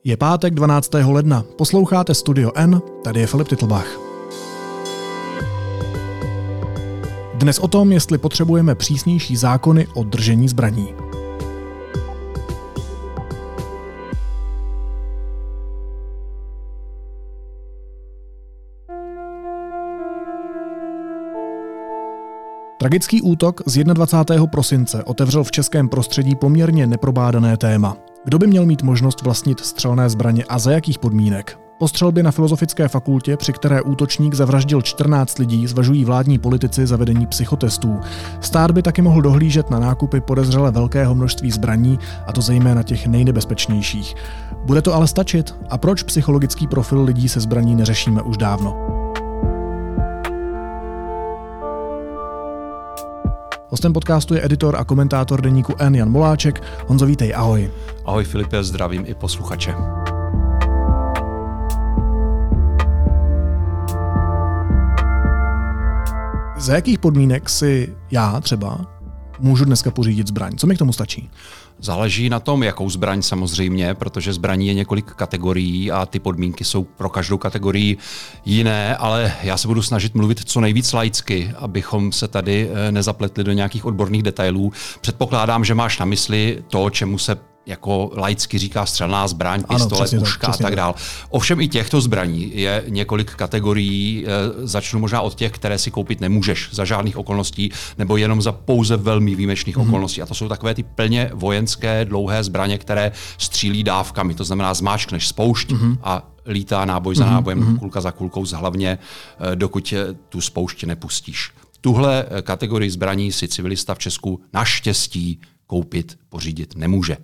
Je pátek 12. ledna. Posloucháte Studio N, tady je Filip Titlbach. Dnes o tom, jestli potřebujeme přísnější zákony o držení zbraní. Tragický útok z 21. prosince otevřel v českém prostředí poměrně neprobádané téma. Kdo by měl mít možnost vlastnit střelné zbraně a za jakých podmínek? Po střelbě na Filozofické fakultě, při které útočník zavraždil 14 lidí, zvažují vládní politici zavedení psychotestů. Stát by taky mohl dohlížet na nákupy podezřele velkého množství zbraní, a to zejména těch nejnebezpečnějších. Bude to ale stačit? A proč psychologický profil lidí se zbraní neřešíme už dávno? Hostem podcastu je editor a komentátor deníku N Jan Moláček. Honzo, vítej, ahoj. Ahoj Filipe, zdravím i posluchače. Za jakých podmínek si já třeba můžu dneska pořídit zbraň? Co mi k tomu stačí? Záleží na tom, jakou zbraň samozřejmě, protože zbraní je několik kategorií a ty podmínky jsou pro každou kategorii jiné, ale já se budu snažit mluvit co nejvíc laicky, abychom se tady nezapletli do nějakých odborných detailů. Předpokládám, že máš na mysli to, čemu se jako laicky říká střelná zbraň, pistole, puška a tak dál. Ovšem i těchto zbraní je několik kategorií. Začnu možná od těch, které si koupit nemůžeš za žádných okolností, nebo jenom za pouze velmi výjimečných okolností. A to jsou takové ty plně vojenské dlouhé zbraně, které střílí dávkami. To znamená, zmáčkneš spoušť a lítá náboj za nábojem, kulka za kulkou z hlavně, dokud tu spoušť nepustíš. Tuhle kategorii zbraní si civilista v Česku naštěstí koupit, pořídit nemůže.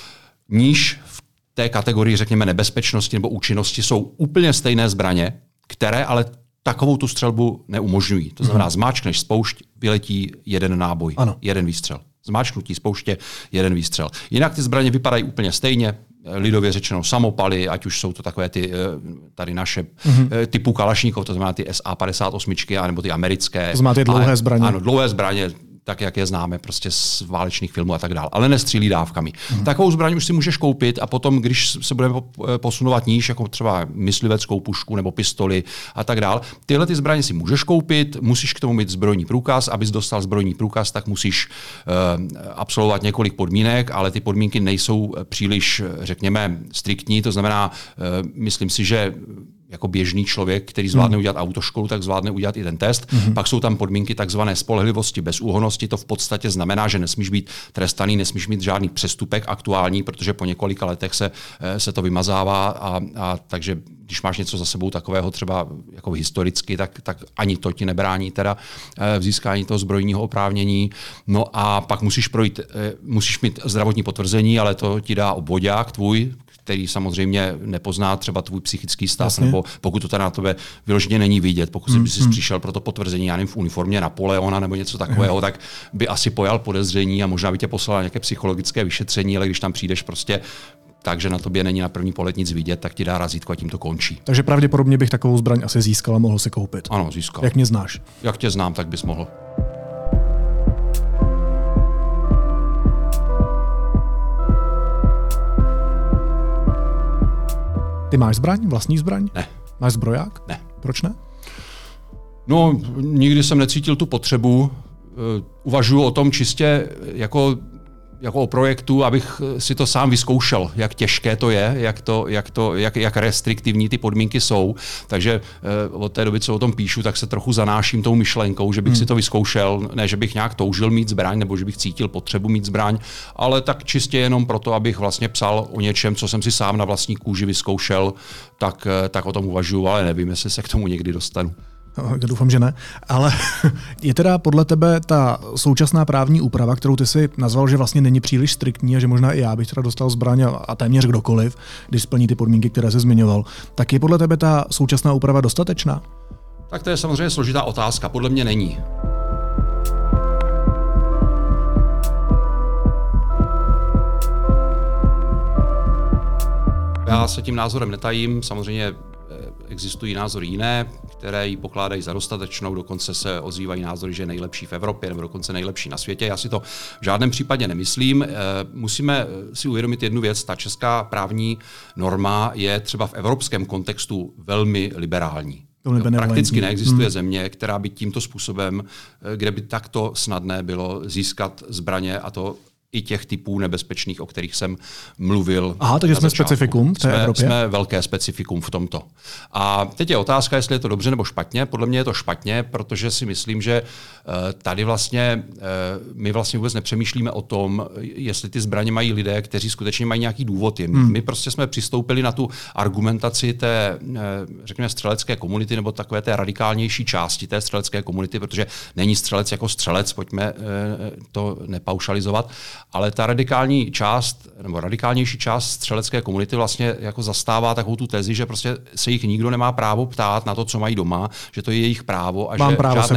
Níž v té kategorii, řekněme, nebezpečnosti nebo účinnosti jsou úplně stejné zbraně, které ale takovou tu střelbu neumožňují. To znamená, zmáčkneš spoušť, vyletí jeden náboj, jeden výstřel. Zmáčknutí spouště, jeden výstřel. Jinak ty zbraně vypadají úplně stejně, lidově řečeno samopaly, ať už jsou to takové ty tady naše typu Kalašníkov, to znamená ty SA-58, anebo ty americké. To znamená ty dlouhé zbraně. Ano, dlouhé zbraně, tak jak je známe prostě z válečných filmů a tak dále, ale nestřílí dávkami. Takovou zbraň už si můžeš koupit a potom, když se budeme posunovat níž, jako třeba mysliveckou pušku nebo pistoli a tak dále, tyhle ty zbraně si můžeš koupit, musíš k tomu mít zbrojní průkaz, abys dostal zbrojní průkaz, tak musíš absolvovat několik podmínek, ale ty podmínky nejsou příliš, řekněme, striktní, to znamená, myslím si, že jako běžný člověk, který zvládne udělat autoškolu, tak zvládne udělat i ten test. Pak jsou tam podmínky takzvané spolehlivosti, bezúhonnosti. To v podstatě znamená, že nesmíš být trestaný, nesmíš mít žádný přestupek aktuální, protože po několika letech se to vymazává a takže když máš něco za sebou takového třeba jako historicky, tak ani to ti nebrání teda v získání toho zbrojního oprávnění. No a pak musíš mít zdravotní potvrzení, ale to ti dá obvoďák tvůj, který samozřejmě nepozná třeba tvůj psychický stav, nebo pokud to tady na tebe vyloženě není vidět, pokud jsi přišel pro to potvrzení, já nevím, v uniformě Napoleona nebo něco takového, tak by asi pojal podezření a možná by tě poslal nějaké psychologické vyšetření, ale když tam přijdeš prostě takže na tobě není na první pohled nic vidět, tak ti dá razítko a tím to končí. Takže pravděpodobně bych takovou zbraň asi získal a mohl si koupit. Ano, získal. Jak mě znáš? Jak tě znám, tak bys mohl. Ty máš zbraň? Vlastní zbraň? Ne. Máš zbroják? Ne. Proč ne? No, nikdy jsem necítil tu potřebu. Uvažuji o tom čistě jako o projektu, abych si to sám vyzkoušel, jak těžké to je, jak restriktivní ty podmínky jsou. Takže od té doby, co o tom píšu, tak se trochu zanáším tou myšlenkou, že bych si to vyzkoušel, ne, že bych nějak toužil mít zbraň, nebo že bych cítil potřebu mít zbraň, ale tak čistě jenom proto, abych vlastně psal o něčem, co jsem si sám na vlastní kůži vyzkoušel, tak o tom uvažuji, ale nevím, jestli se k tomu někdy dostanu. Já doufám, že ne. Ale je teda podle tebe ta současná právní úprava, kterou ty si nazval, že vlastně není příliš striktní a že možná i já bych teda dostal zbraň a téměř kdokoliv, když splní ty podmínky, které jsi zmiňoval, tak je podle tebe ta současná úprava dostatečná? Tak to je samozřejmě složitá otázka. Podle mě není. Já se tím názorem netajím, samozřejmě existují názory jiné, které ji pokládají za dostatečnou, dokonce se ozývají názory, že je nejlepší v Evropě nebo dokonce nejlepší na světě. Já si to v žádném případě nemyslím. Musíme si uvědomit jednu věc. Ta česká právní norma je třeba v evropském kontextu velmi liberální. Prakticky neexistuje země, která by tímto způsobem, kde by takto snadné bylo získat zbraně, a to i těch typů nebezpečných, o kterých jsem mluvil. Aha, takže jsme specifikum v té Evropě? Jsme velké specifikum v tomto. A teď je otázka, jestli je to dobře nebo špatně. Podle mě je to špatně, protože si myslím, že tady vlastně my vlastně vůbec nepřemýšlíme o tom, jestli ty zbraně mají lidé, kteří skutečně mají nějaký důvod jim. My prostě jsme přistoupili na tu argumentaci té, řekněme, střelecké komunity nebo takové té radikálnější části té střelecké komunity, protože není střelec jako střelec, pojďme to nepaušalizovat. Ale ta radikální část, nebo radikálnější část střelecké komunity vlastně jako zastává takovou tu tezi, že prostě se jich nikdo nemá právo ptát na to, co mají doma, že to je jejich právo a že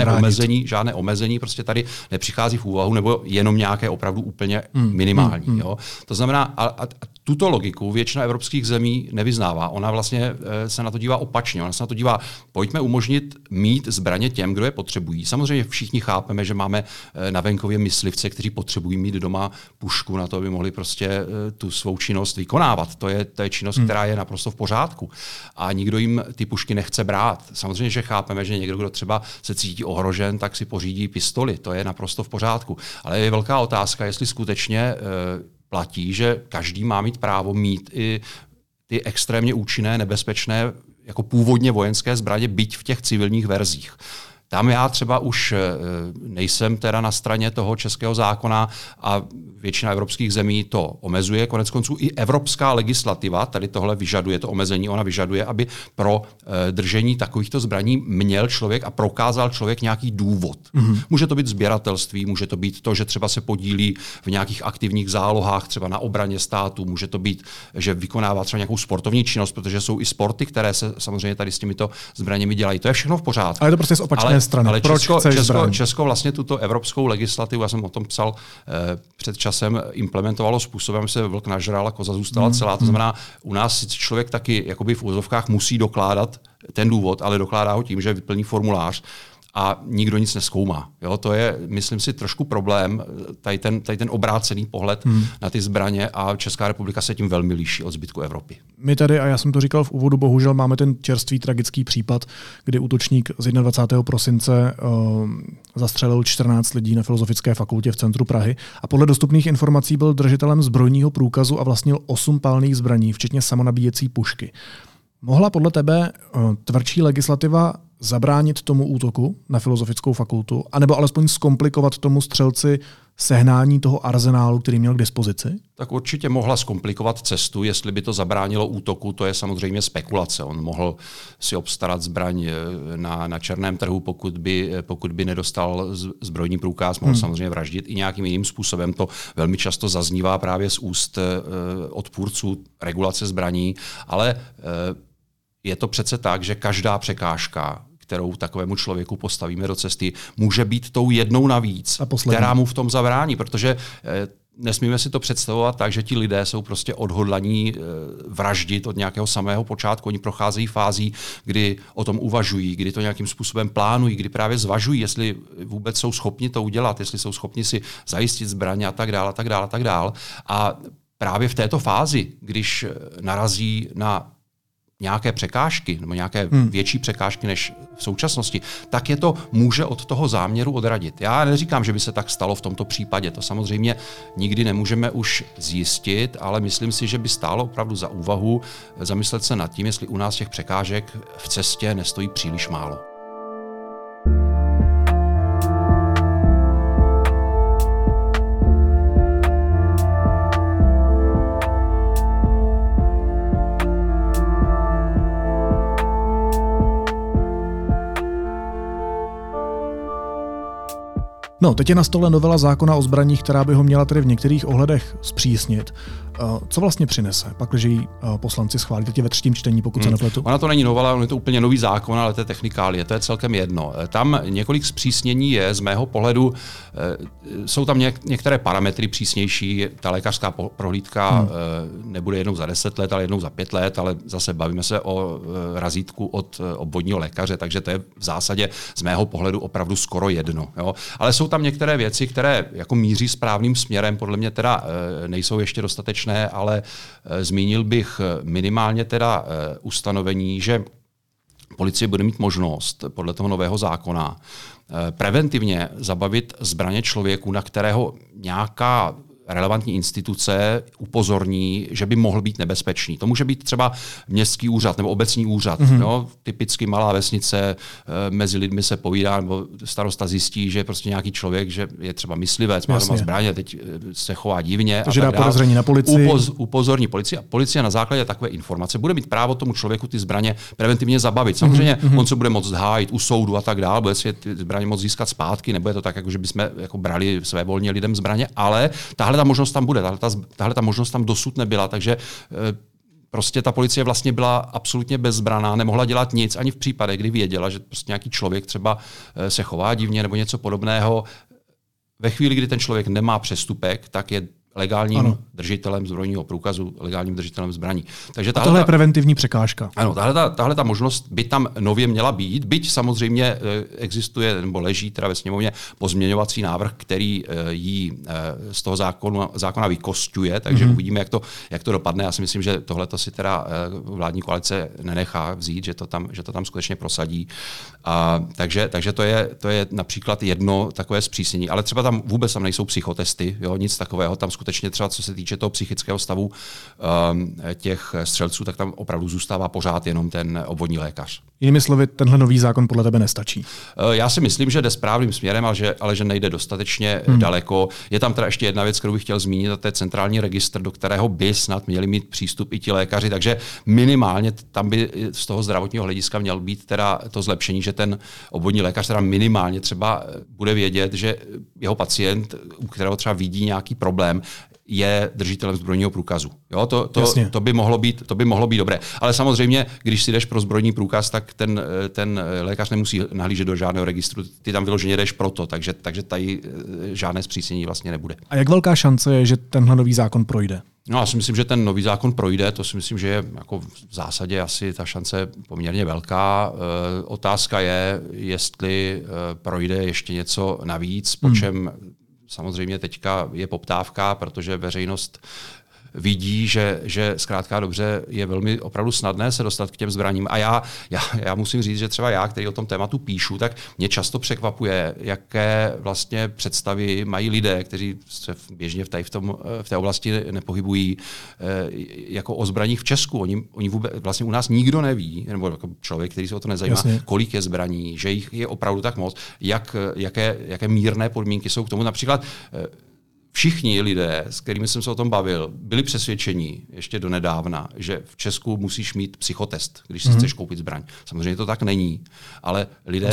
žádné omezení prostě tady nepřichází v úvahu, nebo jenom nějaké opravdu úplně minimální. Jo? To znamená, a tuto logiku většina evropských zemí nevyznává. Ona vlastně se na to dívá opačně. Ona se na to dívá, pojďme umožnit mít zbraně těm, kdo je potřebují. Samozřejmě všichni chápeme, že máme na venkově myslivce, kteří potřebují mít doma pušku na to, aby mohli prostě tu svou činnost vykonávat. To je činnost, která je naprosto v pořádku. A nikdo jim ty pušky nechce brát. Samozřejmě, že chápeme, že někdo, kdo třeba se cítí ohrožen, tak si pořídí pistoli. To je naprosto v pořádku. Ale je velká otázka, jestli skutečně platí, že každý má mít právo mít i ty extrémně účinné, nebezpečné, jako původně vojenské zbraně, byť v těch civilních verzích. Tam já třeba už nejsem teda na straně toho českého zákona a většina evropských zemí to omezuje. Konec konců i evropská legislativa tady tohle vyžaduje, to omezení, ona vyžaduje, aby pro držení takovýchto zbraní měl člověk a prokázal člověk nějaký důvod. Může to být sběratelství, může to být to, že třeba se podílí v nějakých aktivních zálohách, třeba na obraně státu, může to být, že vykonává třeba nějakou sportovní činnost, protože jsou i sporty, které se samozřejmě tady s těmito zbraněmi dělají. To je všechno v pořádku. Ale to prostě z opačné strany. Ale Česko vlastně tuto evropskou legislativu, já jsem o tom psal před časem, implementovalo způsobem, že se vlk nažral a koza zůstala celá. To znamená, u nás člověk taky jakoby v úvozovkách musí dokládat ten důvod, ale dokládá ho tím, že vyplní formulář a nikdo nic nezkoumá. Jo, to je, myslím si, trošku problém, tady ten obrácený pohled na ty zbraně, a Česká republika se tím velmi liší od zbytku Evropy. My tady, a já jsem to říkal v úvodu, bohužel máme ten čerstvý tragický případ, kdy útočník z 21. prosince zastřelil 14 lidí na Filozofické fakultě v centru Prahy a podle dostupných informací byl držitelem zbrojního průkazu a vlastnil 8 palných zbraní, včetně samonabíjecí pušky. Mohla podle tebe tvrdší legislativa zabránit tomu útoku na Filozofickou fakultu, anebo alespoň zkomplikovat tomu střelci sehnání toho arzenálu, který měl k dispozici? Tak určitě mohla zkomplikovat cestu, jestli by to zabránilo útoku, to je samozřejmě spekulace. On mohl si obstarat zbraň na černém trhu, pokud by nedostal zbrojní průkaz, mohl samozřejmě vraždit i nějakým jiným způsobem. To velmi často zaznívá právě z úst odpůrců regulace zbraní, ale je to přece tak, že každá překážka, kterou takovému člověku postavíme do cesty, může být tou jednou navíc, která mu v tom zabrání, protože nesmíme si to představovat tak, že ti lidé jsou prostě odhodlaní vraždit od nějakého samého počátku. Oni procházejí fází, kdy o tom uvažují, kdy to nějakým způsobem plánují, kdy právě zvažují, jestli vůbec jsou schopni to udělat, jestli jsou schopni si zajistit zbraně a tak dále. A právě v této fázi, když narazí na nějaké překážky, nebo nějaké větší překážky než v současnosti, tak je to může od toho záměru odradit. Já neříkám, že by se tak stalo v tomto případě. To samozřejmě nikdy nemůžeme už zjistit, ale myslím si, že by stálo opravdu za úvahu zamyslet se nad tím, jestli u nás těch překážek v cestě nestojí příliš málo. No, teď je na stole novela zákona o zbraních, která by ho měla tedy v některých ohledech zpřísnit. Co vlastně přinese, pakliže ji poslanci schválí teď ve třetím čtení, pokud se nepletu? Ona to není novela, on je to úplně nový zákon, ale to je technikálie, to je celkem jedno. Tam několik zpřísnění je, z mého pohledu, jsou tam některé parametry přísnější, ta lékařská prohlídka nebude jednou za 10 let, ale jednou za 5 let, ale zase bavíme se o razítku od obvodního lékaře, takže to je v zásadě z mého pohledu opravdu skoro jedno. Jo? Ale jsou tam některé věci, které jako míří správným směrem, podle mě teda nejsou ještě dostatečné, ale zmínil bych minimálně teda ustanovení, že policie bude mít možnost podle toho nového zákona preventivně zabavit zbraně člověku, na kterého nějaká relevantní instituce upozorní, že by mohl být nebezpečný. To může být třeba městský úřad nebo obecní úřad. Jo? Typicky malá vesnice, mezi lidmi se povídá, nebo starosta zjistí, že je prostě nějaký člověk, že je třeba myslivec, má doma zbraně, teď se chová divně. Takže dá podezření na policii. Upozorní policie. A policie na základě takové informace bude mít právo tomu člověku ty zbraně preventivně zabavit. Samozřejmě on se bude moct hájit u soudu a tak dále, bude si ty zbraně moct získat zpátky, nebo je to tak, jako že bychom jako brali svévolně lidem zbraně, ale tahle ta možnost tam bude, tahle ta možnost tam dosud nebyla, takže prostě ta policie vlastně byla absolutně bezbraná, nemohla dělat nic, ani v případě, kdy věděla, že prostě nějaký člověk třeba se chová divně nebo něco podobného. Ve chvíli, kdy ten člověk nemá přestupek, tak je legálním držitelem zbrojního průkazu, legálním držitelem zbraní. Takže tohle je preventivní překážka. Ano, tahle ta možnost by tam nově měla být, byť samozřejmě existuje nebo leží teda ve sněmovně pozměňovací návrh, který ji z toho zákona vykosťuje, takže uvidíme, jak to dopadne. Já si myslím, že tohle si teda vládní koalice nenechá vzít, že to tam skutečně prosadí. Takže to je například jedno takové zpřísnění, ale třeba tam vůbec nejsou psychotesty, jo, nic takového, tam skutečně třeba co se týče toho psychického stavu těch střelců, tak tam opravdu zůstává pořád jenom ten obvodní lékař. Jinými slovy, tenhle nový zákon podle tebe nestačí? Já si myslím, že jde správným směrem, ale že nejde dostatečně daleko. Je tam teda ještě jedna věc, kterou bych chtěl zmínit, a to je centrální registr, do kterého by snad měli mít přístup i ti lékaři, takže minimálně tam by z toho zdravotního hlediska měl být teda to zlepšení, že ten obvodní lékař teda minimálně třeba bude vědět, že jeho pacient, u kterého třeba vidí nějaký problém, je držitelem zbrojního průkazu. Jo, to by mohlo být dobré. Ale samozřejmě, když si jdeš pro zbrojní průkaz, tak ten lékař nemusí nahlížet do žádného registru. Ty tam vyloženě jdeš proto, takže tady žádné zpřísnění vlastně nebude. A jak velká šance je, že tenhle nový zákon projde? No, já si myslím, že ten nový zákon projde, to si myslím, že je jako v zásadě asi ta šance poměrně velká. Otázka je, jestli projde ještě něco navíc, po čem samozřejmě teďka je poptávka, protože veřejnost vidí, že zkrátka dobře je velmi opravdu snadné se dostat k těm zbraním. A já musím říct, že třeba já, který o tom tématu píšu, tak mě často překvapuje, jaké vlastně představy mají lidé, kteří se běžně v té oblasti nepohybují, jako o zbraních v Česku. Oni vůbec, vlastně u nás nikdo neví, nebo jako člověk, který se o to nezajímá, kolik je zbraní, že jich je opravdu tak moc, jaké mírné podmínky jsou k tomu. Například všichni lidé, s kterými jsem se o tom bavil, byli přesvědčeni ještě donedávna, že v Česku musíš mít psychotest, když si chceš koupit zbraň. Samozřejmě to tak není, ale lidé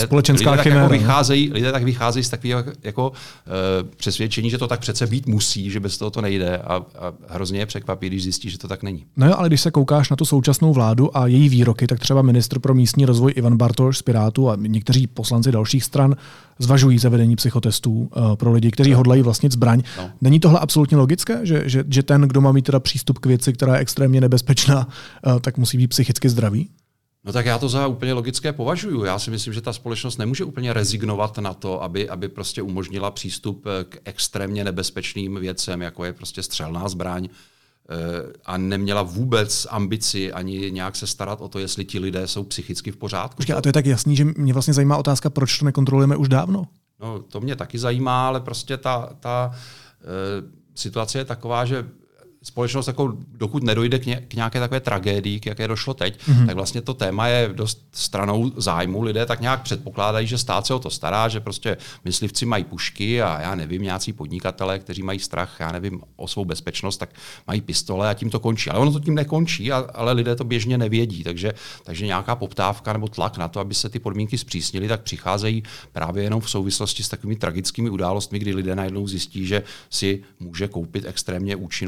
tak vycházejí z takového jako přesvědčení, že to tak přece být musí, že bez toho to nejde a hrozně je překvapí, když zjistí, že to tak není. No jo, ale když se koukáš na tu současnou vládu a její výroky, tak třeba ministr pro místní rozvoj Ivan Bartoš z Pirátů a někteří poslanci dalších stran zvažují zavedení psychotestů pro lidi, kteří hodlají vlastnit zbraň. No. Není tohle absolutně logické, že ten, kdo má mít teda přístup k věci, která je extrémně nebezpečná, tak musí být psychicky zdravý? No tak já to za úplně logické považuji. Já si myslím, že ta společnost nemůže úplně rezignovat na to, aby prostě umožnila přístup k extrémně nebezpečným věcem, jako je prostě střelná zbraň, a neměla vůbec ambici ani nějak se starat o to, jestli ti lidé jsou psychicky v pořádku. Počkej, a to je tak jasný, že mě vlastně zajímá otázka, proč to nekontrolujeme už dávno? No, to mě taky zajímá, ale prostě ta situace je taková, že společnost, jako dokud nedojde k nějaké takové tragédii, k jaké došlo teď, tak vlastně to téma je dost stranou zájmu. Lidé tak nějak předpokládají, že stát se o to stará, že prostě myslivci mají pušky a já nevím, nějací podnikatelé, kteří mají strach, já nevím, o svou bezpečnost, tak mají pistole a tím to končí. Ale ono to tím nekončí, ale lidé to běžně nevědí, takže nějaká poptávka nebo tlak na to, aby se ty podmínky zpřísnily, tak přicházejí právě jenom v souvislosti s takovými tragickými událostmi, kdy lidé najednou zjistí, že si může koupit extrémně účinnou nebezpečnou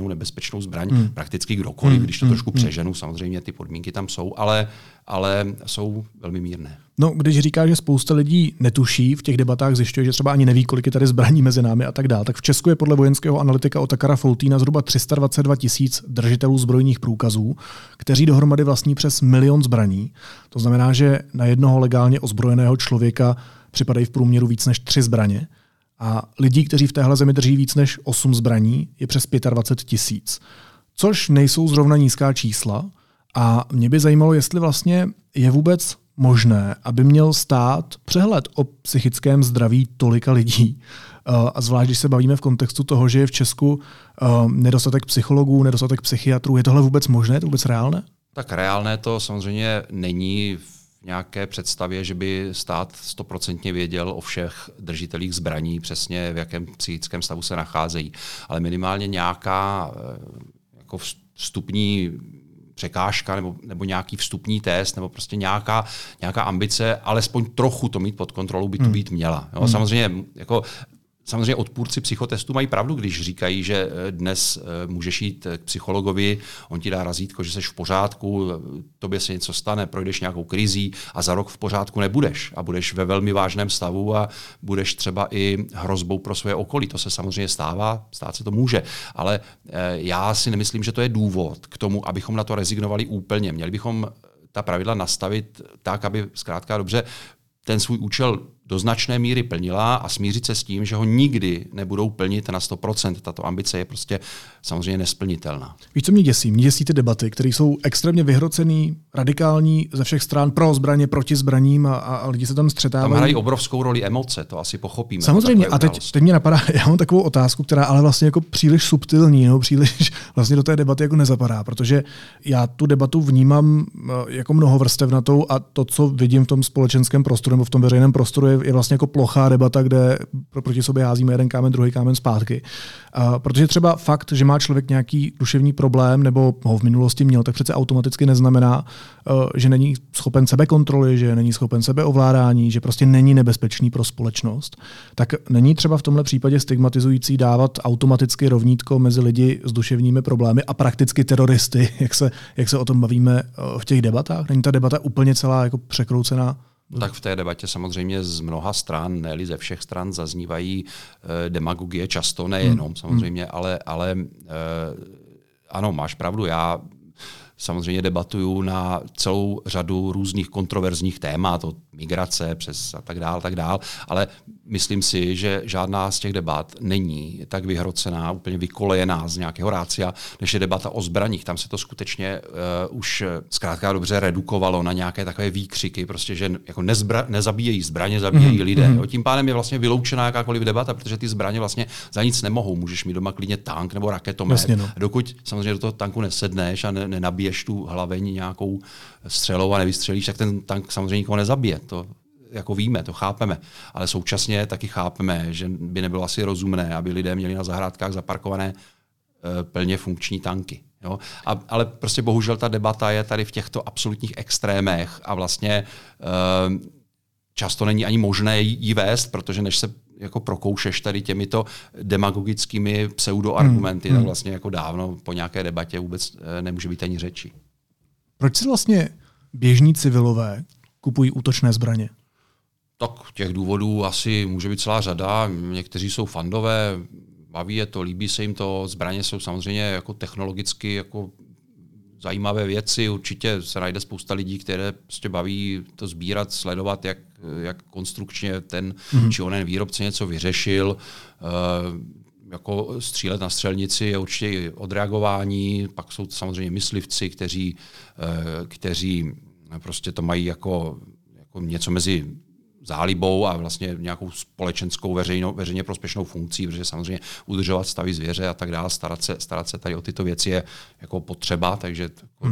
nebezpečnou zbraň prakticky kdokoliv, když to trošku přeženu, samozřejmě ty podmínky tam jsou, ale jsou velmi mírné. No, když říká, že spousta lidí netuší, v těch debatách zjišťuje, že třeba ani neví, kolik je tady zbraní mezi námi a tak dále, tak v Česku je podle vojenského analytika Otakara Foltýna zhruba 322 000 držitelů zbrojních průkazů, kteří dohromady vlastní přes 1 000 000 zbraní. To znamená, že na jednoho legálně ozbrojeného člověka připadají v průměru víc než 3 zbraně. A lidí, kteří v téhle zemi drží víc než 8 zbraní, je přes 25 000. Což nejsou zrovna nízká čísla. A mě by zajímalo, jestli vlastně je vůbec možné, aby měl stát přehled o psychickém zdraví tolika lidí. A zvlášť, když se bavíme v kontextu toho, že je v Česku nedostatek psychologů, nedostatek psychiatrů. Je tohle vůbec možné? Je to vůbec reálné? Tak reálné to samozřejmě není v nějaké představě, že by stát 100% věděl o všech držitelích zbraní, přesně v jakém psychickém stavu se nacházejí. Ale minimálně nějaká jako vstupní překážka nebo nějaký vstupní test nebo prostě nějaká ambice, alespoň trochu to mít pod kontrolou by to být měla. Jo? Samozřejmě odpůrci psychotestu mají pravdu, když říkají, že dnes můžeš jít k psychologovi, on ti dá razítko, že jsi v pořádku, tobě se něco stane, projdeš nějakou krizí a za rok v pořádku nebudeš a budeš ve velmi vážném stavu a budeš třeba i hrozbou pro své okolí. To se samozřejmě stává, stát se to může, ale já si nemyslím, že to je důvod k tomu, abychom na to rezignovali úplně. Měli bychom ta pravidla nastavit tak, aby zkrátka dobře ten svůj účel do značné míry plnila a smířit se s tím, že ho nikdy nebudou plnit na 100%. Tato ambice je prostě samozřejmě nesplnitelná. Víš, co mě děsí? Mě děsí ty debaty, které jsou extrémně vyhrocený, radikální ze všech stran, pro zbraně, proti zbraním a lidi se tam střetávají. Tam hrají obrovskou roli emoce, to asi pochopíme. Samozřejmě, a teď mě napadá, já mám takovou otázku, která ale vlastně jako příliš subtilní, no, příliš vlastně do té debaty jako nezapadá, protože já tu debatu vnímám jako mnohovrstevnatou a to, co vidím v tom společenském prostoru nebo v tom veřejném prostoru, je vlastně jako plochá debata, kde proti sobě házíme jeden kámen, druhý kámen zpátky. Protože třeba fakt, že má člověk nějaký duševní problém nebo ho v minulosti měl, tak přece automaticky neznamená, že není schopen sebekontroly, že není schopen sebeovládání, že prostě není nebezpečný pro společnost. Tak není třeba v tomhle případě stigmatizující dávat automaticky rovnítko mezi lidi s duševními problémy a prakticky teroristy, jak se o tom bavíme v těch debatách? Není ta debata úplně celá jako překroucená? Tak v té debatě samozřejmě z mnoha stran, ne-li ze všech stran, zaznívají demagogie často, nejenom samozřejmě, ale ano, máš pravdu, já samozřejmě debatuju na celou řadu různých kontroverzních témat, od migrace přes a tak dál, ale myslím si, že žádná z těch debat není tak vyhrocená, úplně vykolejená z nějakého rácia, než je debata o zbraních. Tam se to skutečně už zkrátka dobře redukovalo na nějaké takové výkřiky, prostě, že jako nezabíjejí zbraně, zabíjejí lidé. Jo, tím pádem je vlastně vyloučená jakákoliv debata, protože ty zbraně vlastně za nic nemohou. Můžeš mít doma klidně tank nebo raketomet. Jasně, no. Dokud samozřejmě do toho tanku nesedneš a nenabiješ tu hlaveň nějakou střelou a nevystřelíš, tak ten tank samozřejmě nikoho nezabije. To jako víme, to chápeme. Ale současně taky chápeme, že by nebylo asi rozumné, aby lidé měli na zahrádkách zaparkované plně funkční tanky. Jo? Ale prostě bohužel ta debata je tady v těchto absolutních extrémech a vlastně často není ani možné ji vést, protože než se jako prokoušeš tady těmito demagogickými pseudoargumenty, tak vlastně jako dávno po nějaké debatě vůbec nemůže být ani řeči. Proč si vlastně běžní civilové kupují útočné zbraně? Tak těch důvodů asi může být celá řada. Někteří jsou fandové, baví je to, líbí se jim to. Zbraně jsou samozřejmě jako technologicky jako zajímavé věci. Určitě se najde spousta lidí, které prostě baví to sbírat, sledovat, jak konstrukčně ten či onen výrobce něco vyřešil. Jako střílet na střelnici je určitě i odreagování. Pak jsou to samozřejmě myslivci, kteří prostě to mají jako něco mezi zálibou a vlastně nějakou společenskou veřejně prospěšnou funkcí, protože samozřejmě udržovat stavy zvěře a tak dále, starat se tady o tyto věci je jako potřeba, takže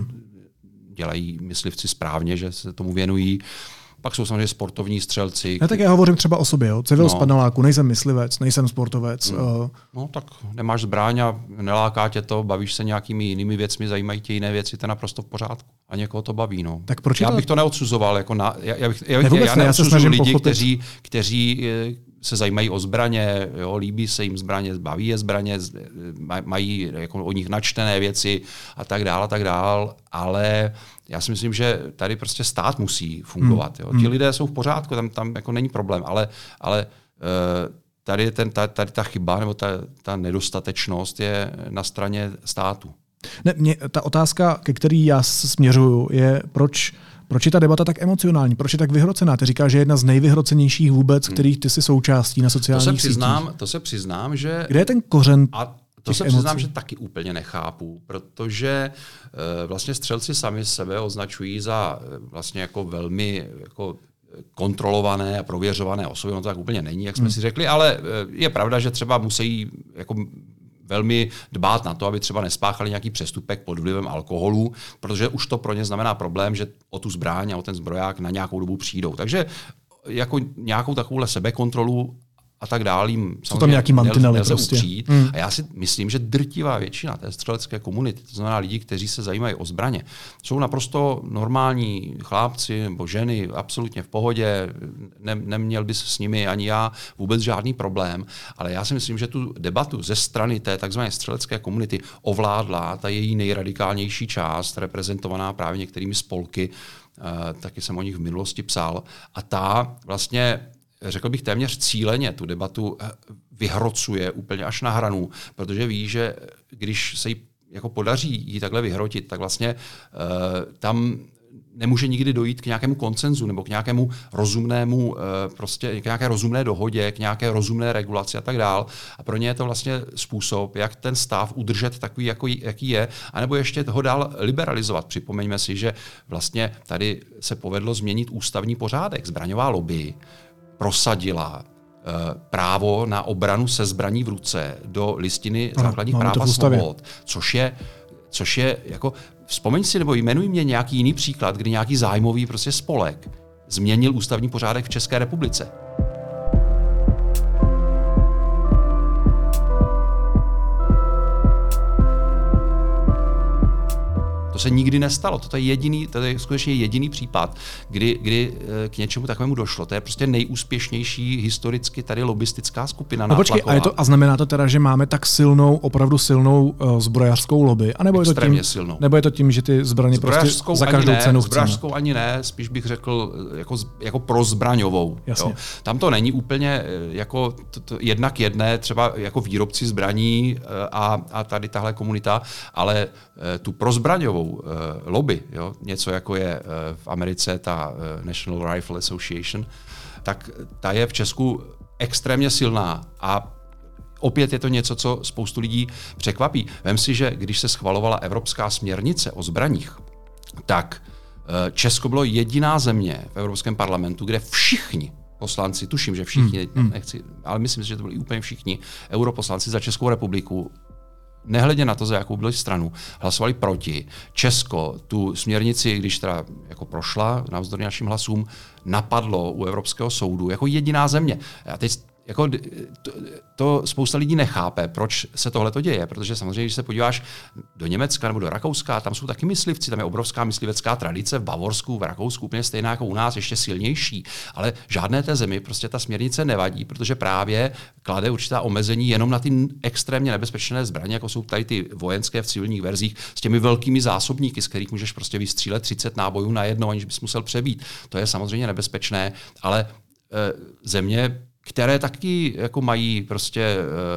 dělají myslivci správně, že se tomu věnují. Pak jsou samozřejmě sportovní střelci. Tak já hovořím třeba o sobě, jo. Civil z paneláku, nejsem myslivec, nejsem sportovec. No tak nemáš zbraň a neláká tě to, bavíš se nějakými jinými věcmi, zajímají tě jiné věci, to je naprosto v pořádku. A někoho to baví. No. Tak proč já bych to neodsuzoval. Jako já neodsuzuju lidi, kteří se zajímají o zbraně, jo, líbí se jim zbraně, baví je zbraně, mají jako o nich načtené věci a tak dál, ale já si myslím, že tady prostě stát musí fungovat. Jo. Ti lidé jsou v pořádku, tam jako není problém, ale tady ta chyba nebo ta nedostatečnost je na straně státu. Ne, ta otázka, ke který já směřuju, je proč je ta debata tak emocionální, proč je tak vyhrocená? Ty říkáš, že je jedna z nejvyhrocenějších vůbec, kterých ty jsi součástí na sociálních sítích. To se přiznám, že... Kde je ten kořen? A to se přiznám, že taky úplně nechápu, protože vlastně střelci sami sebe označují za vlastně jako velmi jako kontrolované a prověřované osoby. No to tak úplně není, jak jsme si řekli, ale je pravda, že třeba musí jako velmi dbát na to, aby třeba nespáchali nějaký přestupek pod vlivem alkoholu, protože už to pro ně znamená problém, že o tu zbraň a o ten zbroják na nějakou dobu přijdou. Takže jako nějakou takovouhle sebekontrolu a tak dále jim samozřejmě nelze prostě upřít. A já si myslím, že drtivá většina té střelecké komunity, to znamená lidi, kteří se zajímají o zbraně, jsou naprosto normální chlápci nebo ženy, absolutně v pohodě, neměl by s nimi ani já vůbec žádný problém, ale já si myslím, že tu debatu ze strany té takzvané střelecké komunity ovládla ta její nejradikálnější část, reprezentovaná právě některými spolky, taky jsem o nich v minulosti psal, a ta vlastně řekl bych téměř cíleně tu debatu vyhrocuje úplně až na hranu, protože ví, že když se jí jako podaří jí takhle vyhrotit, tak vlastně tam nemůže nikdy dojít k nějakému konsenzu nebo k nějakému rozumnému, prostě k nějaké rozumné dohodě, k nějaké rozumné regulaci a tak dál. A pro ně je to vlastně způsob, jak ten stav udržet takový, jaký je, anebo ještě ho dál liberalizovat. Připomeňme si, že vlastně tady se povedlo změnit ústavní pořádek. Zbraňová lobby prosadila právo na obranu se zbraní v ruce do listiny základních práv a svobod, což je jako, vzpomeň si nebo jmenuj mě nějaký jiný příklad, kdy nějaký zájmový prostě spolek změnil ústavní pořádek v České republice. To se nikdy nestalo. To je skutečně jediný případ, kdy k něčemu takovému došlo. To je prostě nejúspěšnější historicky tady lobistická skupina nátlaková. Počkej, a znamená to teda, že máme tak opravdu silnou zbrojařskou lobby? A nebo je to tím, že ty zbraně prostě za každou cenu chceme? Zbrojařskou ani ne, spíš bych řekl jako prozbraňovou. Jo. Tam to není úplně jako jednak jedné, třeba jako výrobci zbraní a tady tahle komunita, ale tu prozbraňovou lobby, jo, něco jako je v Americe ta National Rifle Association, tak ta je v Česku extrémně silná a opět je to něco, co spoustu lidí překvapí. Vem si, že když se schvalovala evropská směrnice o zbraních, tak Česko bylo jediná země v Evropském parlamentu, kde všichni poslanci, tuším, že všichni, nechci, ale myslím si, že to byli úplně všichni europoslanci za Českou republiku, nehledě na to, za jakou byli stranu, hlasovali proti. Česko tu směrnici, když teda jako prošla navzdory našim hlasům, napadlo u Evropského soudu jako jediná země. A teď jako to spousta lidí nechápe, proč se tohle to děje, protože samozřejmě, když se podíváš do Německa nebo do Rakouska, tam jsou taky myslivci, tam je obrovská myslivecká tradice v Bavorsku, v Rakousku, úplně stejná jako u nás, ještě silnější, ale žádné té zemi prostě ta směrnice nevadí, protože právě klade určitá omezení jenom na ty extrémně nebezpečné zbraně, jako jsou tady ty vojenské v civilních verzích s těmi velkými zásobníky, z kterých můžeš prostě vystřílet 30 nábojů na jedno, aniž bys musel přebít. To je samozřejmě nebezpečné, ale země, které taky jako mají prostě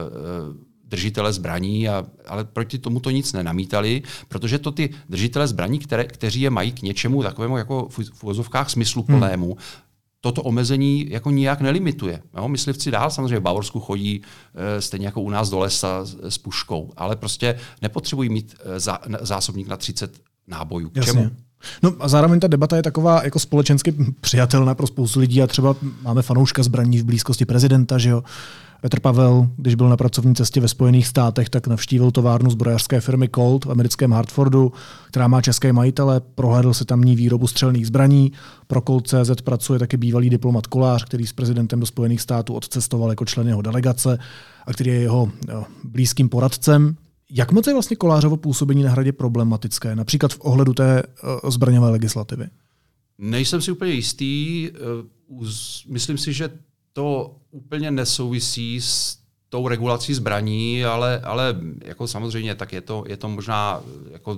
držitele zbraní, ale proti tomu to nic nenamítali, protože to ty držitele zbraní, kteří je mají k něčemu takovému jako v uvozovkách smysluplnému, toto omezení jako nijak nelimituje. No, myslivci dál samozřejmě v Bavorsku chodí stejně jako u nás do lesa s puškou, ale prostě nepotřebují mít zásobník na 30 nábojů. K čemu? No a zároveň ta debata je taková jako společensky přijatelná pro spoustu lidí a třeba máme fanouška zbraní v blízkosti prezidenta, že jo. Petr Pavel, když byl na pracovní cestě ve Spojených státech, tak navštívil továrnu zbrojařské firmy Colt v americkém Hartfordu, která má české majitele, prohlédl si tamní výrobu střelných zbraní. Pro Colt.cz pracuje taky bývalý diplomat Kolář, který s prezidentem do Spojených států odcestoval jako člen jeho delegace a který je jeho blízkým poradcem. Jak moc je vlastně Kolářovo působení na Hradě problematické, například v ohledu té zbraňové legislativy? Nejsem si úplně jistý. Myslím si, že to úplně nesouvisí s tou regulací zbraní, ale jako samozřejmě tak je to možná jako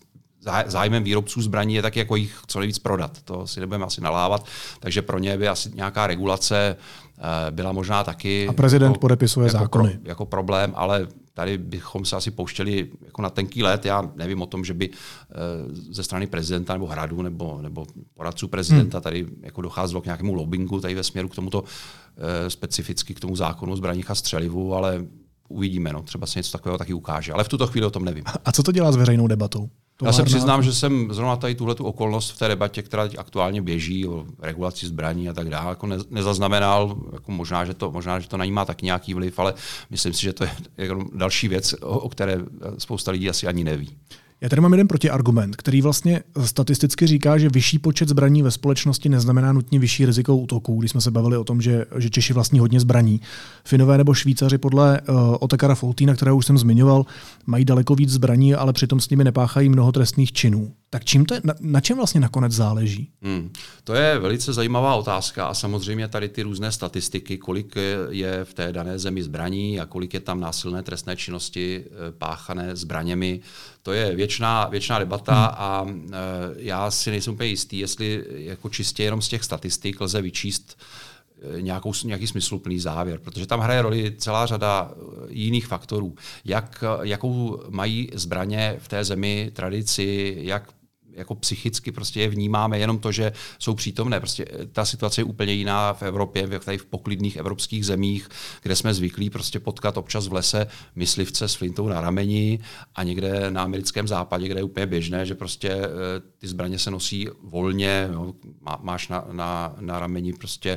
zájmem výrobců zbraní je taky jako jich co nejvíc prodat. To si nebudeme asi nalávat, takže pro ně by asi nějaká regulace byla možná taky. A prezident podepisuje zákony. Jako problém, ale tady bychom se asi pouštěli jako na tenký led. Já nevím o tom, že by ze strany prezidenta nebo hradu nebo poradců prezidenta tady jako docházelo k nějakému lobbingu tady ve směru k tomuto specificky k tomu zákonu o zbraních a střelivu, ale uvidíme, no, třeba se něco takového taky ukáže. Ale v tuto chvíli o tom nevím. A co to dělá s veřejnou debatou? Já se přiznám, že jsem zrovna tady tuhletu okolnost v té debatě, která teď aktuálně běží o regulaci zbraní a tak dále, jako nezaznamenal. Jako možná, že to na ní má taky nějaký vliv, ale myslím si, že to je jako další věc, o které spousta lidí asi ani neví. Já tady mám jeden protiargument, který vlastně statisticky říká, že vyšší počet zbraní ve společnosti neznamená nutně vyšší riziko útoků. Když jsme se bavili o tom, že Češi vlastní hodně zbraní. Finové nebo Švýcaři podle Otakara Foltýna, kterého už jsem zmiňoval, mají daleko víc zbraní, ale přitom s nimi nepáchají mnoho trestných činů. Tak na čem vlastně nakonec záleží? To je velice zajímavá otázka a samozřejmě tady ty různé statistiky, kolik je v té dané zemi zbraní a kolik je tam násilné trestné činnosti páchané zbraněmi. To je věčná debata a já si nejsem úplně jistý, jestli jako čistě jenom z těch statistik lze vyčíst nějaký smysluplný závěr, protože tam hraje roli celá řada jiných faktorů. Jakou mají zbraně v té zemi tradici, jak jako psychicky prostě je vnímáme, jenom to, že jsou přítomné. Prostě ta situace je úplně jiná v Evropě, tady v poklidných evropských zemích, kde jsme zvyklí prostě potkat občas v lese myslivce s flintou na rameni a někde na americkém západě, kde je úplně běžné, že prostě ty zbraně se nosí volně, jo, máš na rameni prostě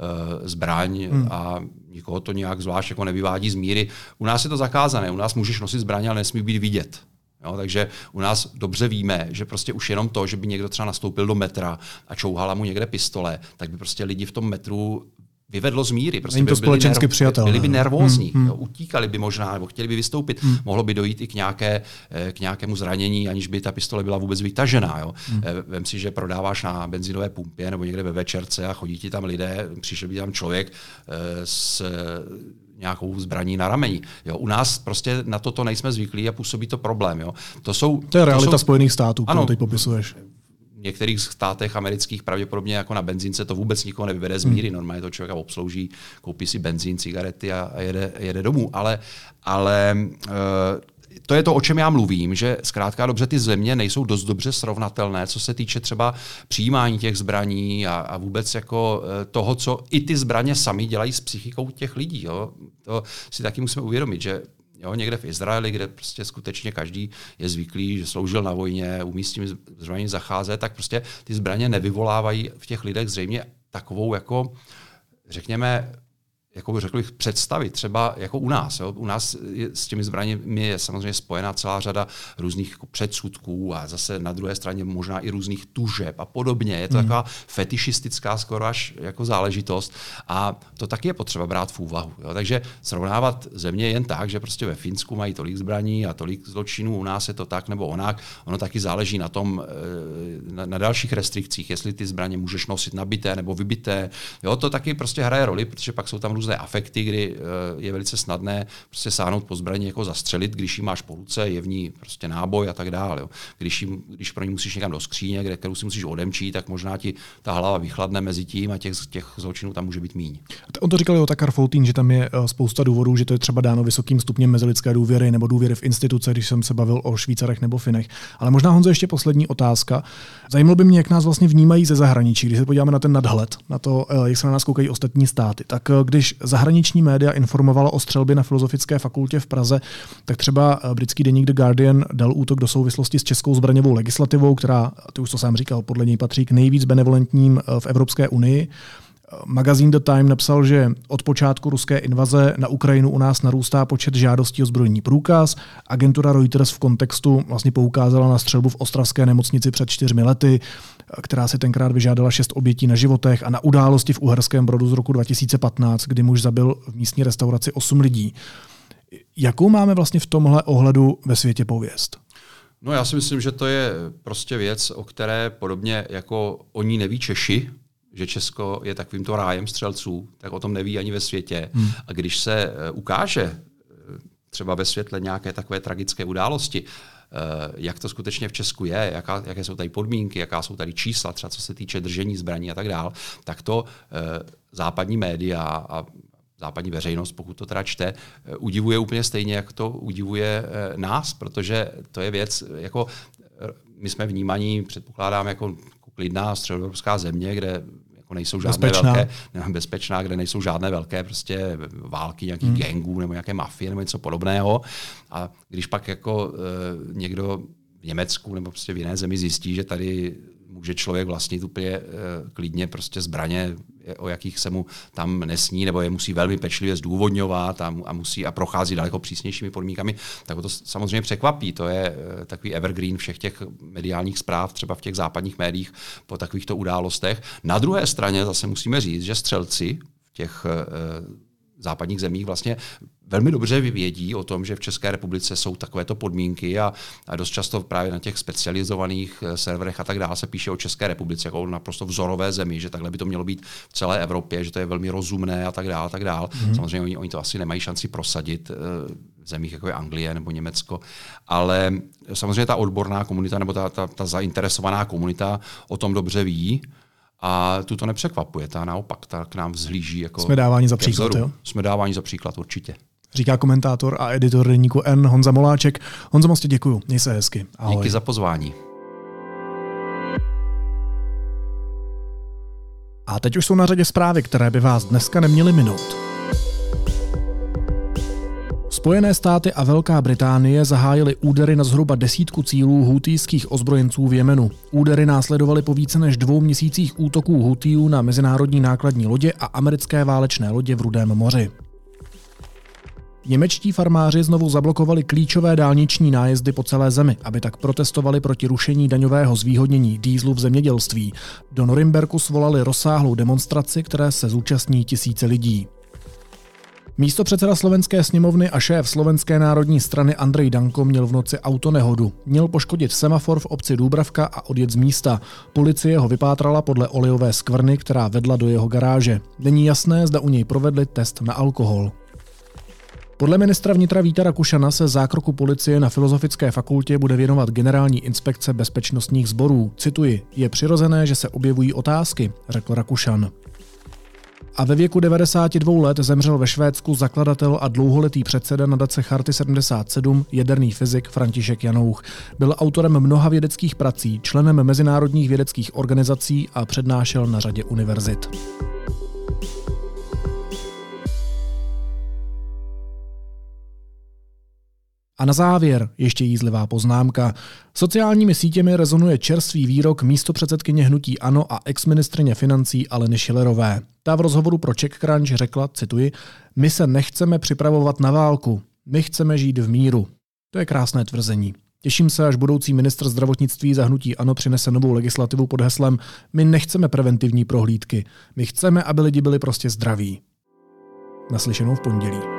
zbraň a nikoho to nějak zvlášť jako nevyvádí z míry. U nás je to zakázané, u nás můžeš nosit zbraně, ale nesmí být vidět. Jo, takže u nás dobře víme, že prostě už jenom to, že by někdo třeba nastoupil do metra a čouhala mu někde pistole, tak by prostě lidi v tom metru vyvedlo z míry. Prostě byli by nervózní, utíkali by možná, nebo chtěli by vystoupit. Mohlo by dojít i k nějakému zranění, aniž by ta pistole byla vůbec vytažená. Jo. Vem si, že prodáváš na benzinové pumpě nebo někde ve večerce a chodí ti tam lidé, přišel by tam člověk s nějakou zbraní na rameni. Jo, u nás prostě na toto nejsme zvyklí a působí to problém. Jo. To je realita Spojených států, kterou teď popisuješ. V některých státech amerických pravděpodobně jako na benzínce to vůbec nikoho nevyvede z míry. Normálně to člověka obslouží, koupí si benzín, cigarety a jede domů. Ale to je to, o čem já mluvím, že zkrátka dobře ty země nejsou dost dobře srovnatelné, co se týče třeba přijímání těch zbraní a vůbec jako toho, co i ty zbraně sami dělají s psychikou těch lidí. Jo. To si taky musíme uvědomit, že jo, někde v Izraeli, kde prostě skutečně každý je zvyklý, že sloužil na vojně, umí s tím zbraní zacházet, tak prostě ty zbraně nevyvolávají v těch lidech zřejmě takovou jako, řekněme, jako by řekl bych, představit, třeba jako u nás. Jo. U nás s těmi zbraněmi je samozřejmě spojená celá řada různých jako předsudků a zase na druhé straně možná i různých tužeb a podobně. Je to taková fetišistická skoro až jako záležitost a to taky je potřeba brát v úvahu. Jo. Takže srovnávat země jen tak, že prostě ve Finsku mají tolik zbraní a tolik zločinů, u nás je to tak nebo onak. Ono taky záleží na tom, na dalších restrikcích, jestli ty zbraně můžeš nosit nabité nebo vybité. Jo, to taky prostě hraje roli, protože pak jsou tam různé afekty, kdy je velice snadné prostě sáhnout po zbraní, jako zastřelit, když ji máš po ruce, je v ní prostě náboj a tak dále. Jo. Když pro ní musíš někam do skříně, kterou si musíš odemčít, tak možná ti ta hlava vychladne mezi tím a těch zločinů tam může být míň. On to říkal i Otakar Foltýn, že tam je spousta důvodů, že to je třeba dáno vysokým stupněm mezilidské důvěry nebo důvěry v instituce, když jsem se bavil o Švýcarech nebo Finech. Ale možná, Honzo, ještě poslední otázka. Zajímalo by mě, jak nás vlastně vnímají ze zahraničí, když se podíváme na ten nadhled, na to, jak se na nás koukají ostatní státy. Tak když zahraniční média informovala o střelbě na Filozofické fakultě v Praze, tak třeba britský deník The Guardian dal útok do souvislosti s českou zbraňovou legislativou, která, ty už to sám říkal, podle něj patří k nejvíc benevolentním v Evropské unii. Magazín The Time napsal, že od počátku ruské invaze na Ukrajinu u nás narůstá počet žádostí o zbrojní průkaz. Agentura Reuters v kontextu vlastně poukázala na střelbu v ostravské nemocnici před 4 lety, která si tenkrát vyžádala 6 obětí na životech, a na události v Uherském Brodu z roku 2015, kdy muž zabil v místní restauraci 8 lidí. Jakou máme vlastně v tomhle ohledu ve světě pověst? No, já si myslím, že to je prostě věc, o které podobně jako oni neví Češi, že Česko je takovýmto rájem střelců, tak o tom neví ani ve světě. A když se ukáže třeba ve světle nějaké takové tragické události, jak to skutečně v Česku je, jaké jsou tady podmínky, jaká jsou tady čísla, třeba co se týče držení zbraní a tak dál, tak to západní média a západní veřejnost, pokud to teda čte, udivuje úplně stejně, jak to udivuje nás, nás, to je věc, jako my jsme vnímaní, předpokládám, jako klidná středoevropská země, kde jako nejsou žádné bezpečná, kde nejsou žádné velké prostě války nějakých gangů nebo nějaké mafie nebo něco podobného. A když pak jako někdo v Německu nebo prostě v jiné zemi zjistí, že tady může člověk vlastnit úplně klidně prostě zbraně, o jakých se mu tam nesní, nebo je musí velmi pečlivě zdůvodňovat a prochází daleko přísnějšími podmínkami, tak to samozřejmě překvapí. To je takový evergreen všech těch mediálních zpráv, třeba v těch západních médiích po takovýchto událostech. Na druhé straně zase musíme říct, že střelci v těch západních zemích vlastně velmi dobře vědí o tom, že v České republice jsou takovéto podmínky a dost často právě na těch specializovaných serverech a tak dále se píše o České republice jako naprosto vzorové zemi, že takhle by to mělo být v celé Evropě, že to je velmi rozumné a tak dále. Samozřejmě oni to asi nemají šanci prosadit v zemích jako je Anglie nebo Německo, ale samozřejmě ta odborná komunita nebo ta zainteresovaná komunita o tom dobře ví. A tu to nepřekvapuje, ta naopak, ta k nám vzhlíží jako jsme dáváni za příklad, jo? Jsme dáváni za příklad, určitě. Říká komentátor a editor deníku N Honza Moláček. Honzo, moc ti děkuju, měj se hezky. Ahoj. Díky za pozvání. A teď už jsou na řadě zprávy, které by vás dneska neměly minout. Spojené státy a Velká Británie zahájily údery na zhruba 10 cílů hutijských ozbrojenců v Jemenu. Údery následovaly po více než 2 měsících útoků Hutijů na mezinárodní nákladní lodě a americké válečné lodě v Rudém moři. Němečtí farmáři znovu zablokovali klíčové dálniční nájezdy po celé zemi, aby tak protestovali proti rušení daňového zvýhodnění dýzlu v zemědělství. Do Norimberku svolali rozsáhlou demonstraci, které se zúčastní tisíce lidí. Místopředseda Slovenské sněmovny a šéf Slovenské národní strany Andrej Danko měl v noci autonehodu. Měl poškodit semafor v obci Dúbravka a odjet z místa. Policie ho vypátrala podle olejové skvrny, která vedla do jeho garáže. Není jasné, zda u něj provedli test na alkohol. Podle ministra vnitra Víta Rakušana se zákroku policie na Filozofické fakultě bude věnovat Generální inspekce bezpečnostních sborů. Cituji, je přirozené, že se objevují otázky, řekl Rakušan. A ve věku 92 let zemřel ve Švédsku zakladatel a dlouholetý předseda nadace Charty 77, jaderný fyzik František Janouch. Byl autorem mnoha vědeckých prací, členem mezinárodních vědeckých organizací a přednášel na řadě univerzit. A na závěr ještě jízlivá poznámka. Sociálními sítěmi rezonuje čerstvý výrok místopředsedkyně hnutí ANO a exministryně financí Aleny Schillerové. Ta v rozhovoru pro CzechCrunch řekla, cituji, my se nechceme připravovat na válku, my chceme žít v míru. To je krásné tvrzení. Těším se, až budoucí ministr zdravotnictví za hnutí ANO přinese novou legislativu pod heslem my nechceme preventivní prohlídky, my chceme, aby lidi byli prostě zdraví. Naslyšenou v pondělí.